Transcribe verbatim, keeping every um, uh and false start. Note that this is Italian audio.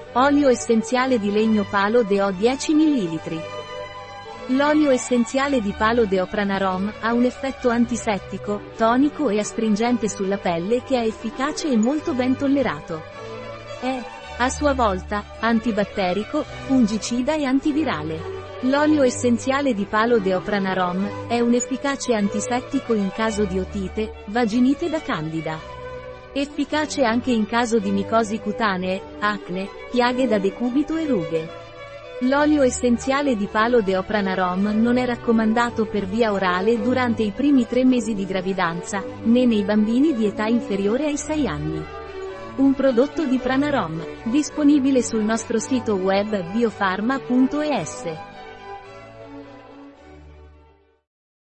Olio essenziale di legno palo deo dieci millilitri. L'olio essenziale di palo deo Pranarom ha un effetto antisettico, tonico e astringente sulla pelle che è efficace e molto ben tollerato. È, a sua volta, antibatterico, fungicida e antivirale. L'olio essenziale di palo deo Pranarom è un efficace antisettico in caso di otite, vaginite da candida. Efficace anche in caso di micosi cutanee, acne, piaghe da decubito e rughe. L'olio essenziale di palo deo Pranarom non è raccomandato per via orale durante i primi tre mesi di gravidanza, né nei bambini di età inferiore ai sei anni. Un prodotto di Pranarom, disponibile sul nostro sito web biofarma punto es.